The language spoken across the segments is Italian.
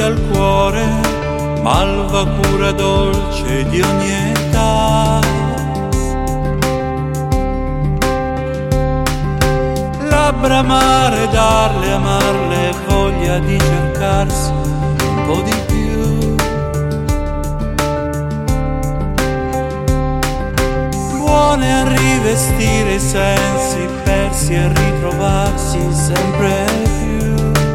al cuore, malva cura dolce di ogni età. Labbra amare, darle, amarle, voglia di cercarsi un po' di più. Buone a rivestire i sensi, persi a ritrovarsi sempre più.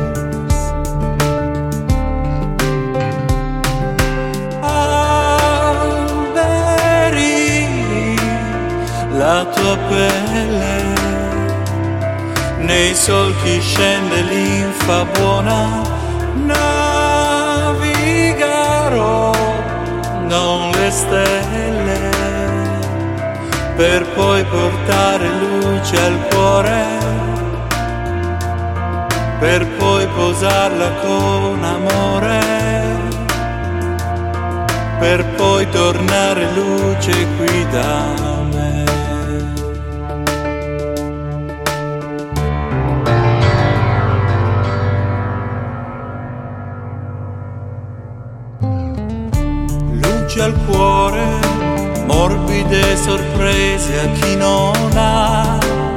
Alberi, la tua pelle, nei solchi scende linfa buona. Navigherò non le stelle, per poi portare luce al cuore, per poi posarla con amore, per poi tornare luce qui da me. Luce al cuore, morbide sorprese a chi non ha.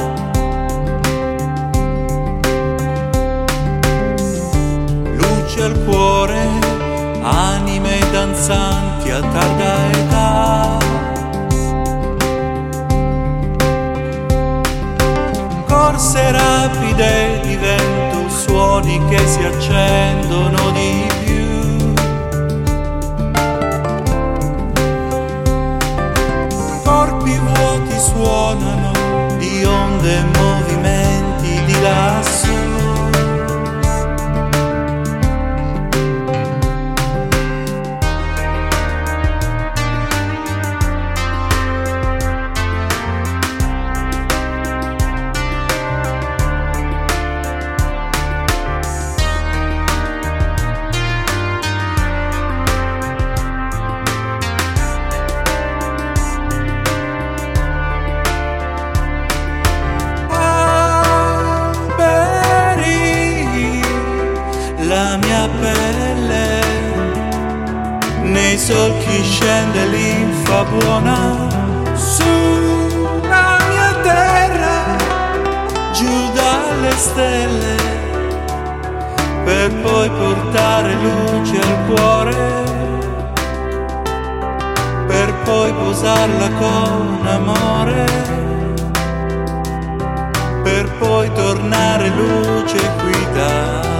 Luce al cuore, anime danzanti a tarda età. Corse rapide di vento, suoni che si accendono di più. Corpi vuoti suonano di onde e movimenti di lassù. La mia pelle, nei solchi scende linfa buona. Sulla mia terra, giù dalle stelle, per poi portare luce al cuore, per poi posarla con amore, per poi tornare luce qui da